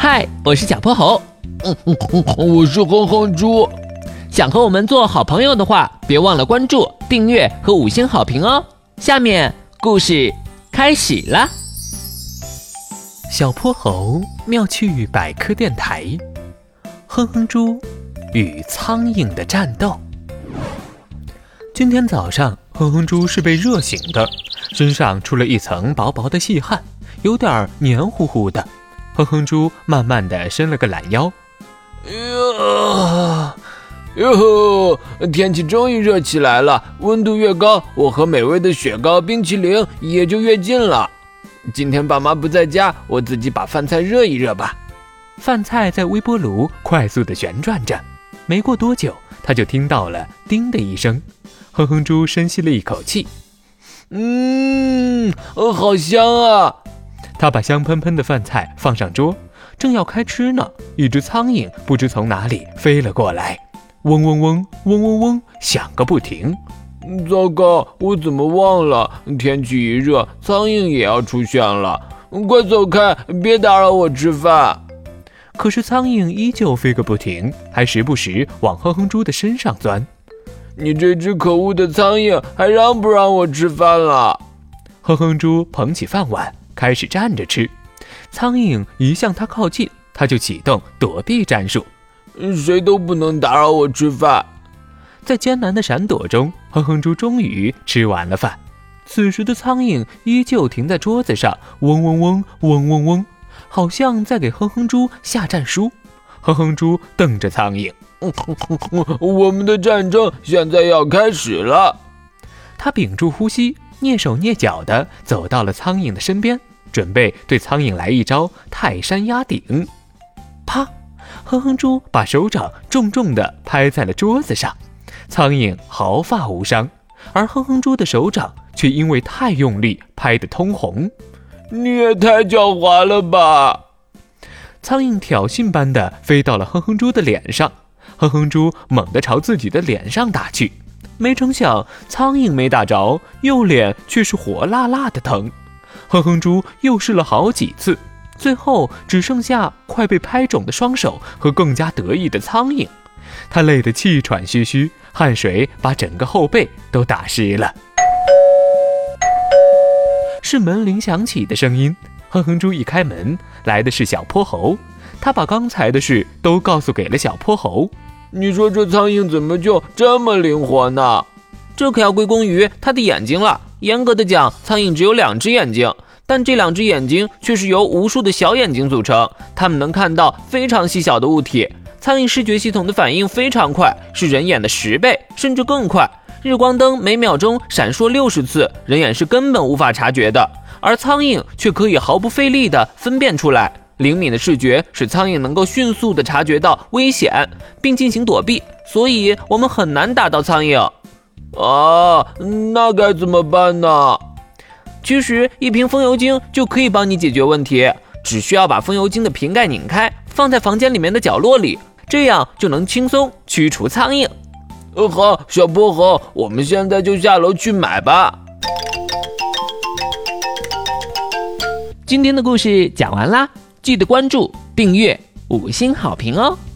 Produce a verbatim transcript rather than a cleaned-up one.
嗨，我是小泼猴。 嗯嗯嗯，我是哼哼猪。 想和我们做好朋友的话，别忘了关注、订阅和五星好评哦。下面故事开始啦。 小泼猴妙趣百科电台，哼哼猪与苍蝇的战斗。今天早上，哼哼猪是被热醒的，身上出了一层薄薄的细汗，有点黏糊糊的。哼哼猪慢慢地伸了个懒腰。 哟哟，天气终于热起来了，温度越高，我和美味的雪糕、冰淇淋也就越近了。今天爸妈不在家，我自己把饭菜热一热吧。 饭菜在微波炉快速地旋转着，没过多久，他就听到了叮的一声。哼哼猪深吸了一口气， 嗯，好香啊！ 他把香喷喷的饭菜放上桌，正要开吃呢，一只苍蝇不知从哪里飞了过来，嗡嗡嗡嗡嗡嗡响个不停。 糟糕，我怎么忘了，天气一热，苍蝇也要出现了，快走开，别打扰我吃饭。 可是苍蝇依旧飞个不停，还时不时往哼哼猪的身上钻。 你这只可恶的苍蝇，还让不让我吃饭了？ 哼哼猪捧起饭碗开始站着吃，苍蝇一向他靠近，他就启动躲避战术， 谁都不能打扰我吃饭。 在艰难的闪躲中，哼哼猪终于吃完了饭。此时的苍蝇依旧停在桌子上，嗡嗡嗡嗡嗡嗡，好像在给哼哼猪下战书。哼哼猪瞪着苍蝇， 我们的战争现在要开始了。 他屏住呼吸，蹑手蹑脚地走到了苍蝇的身边，准备对苍蝇来一招泰山压顶。啪！哼哼猪把手掌重重地拍在了桌子上，苍蝇毫发无伤，而哼哼猪的手掌却因为太用力拍得通红。 你也太狡猾了吧！ 苍蝇挑衅般地飞到了哼哼猪的脸上，哼哼猪猛地朝自己的脸上打去，没成想苍蝇没打着，右脸却是火辣辣的疼。哼哼猪又试了好几次，最后只剩下快被拍肿的双手和更加得意的苍蝇。他累得气喘吁吁，汗水把整个后背都打湿了。是门铃响起的声音，哼哼猪一开门，来的是小泼猴。他把刚才的事都告诉给了小泼猴。 你说这苍蝇怎么就这么灵活呢？ 这可要归功于它的眼睛了。严格的讲，苍蝇只有两只眼睛，但这两只眼睛却是由无数的小眼睛组成，它们能看到非常细小的物体。苍蝇视觉系统的反应非常快，是人眼的十倍，甚至更快。日光灯每秒钟闪烁六十次，人眼是根本无法察觉的，而苍蝇却可以毫不费力地分辨出来。灵敏的视觉使苍蝇能够迅速地察觉到危险，并进行躲避，所以我们很难打到苍蝇。 啊，那该怎么办呢？ 其实一瓶风油精就可以帮你解决问题，只需要把风油精的瓶盖拧开，放在房间里面的角落里，这样就能轻松驱除苍蝇。 呃，好，小泼猴，我们现在就下楼去买吧。 今天的故事讲完啦，记得关注、订阅、五星好评哦。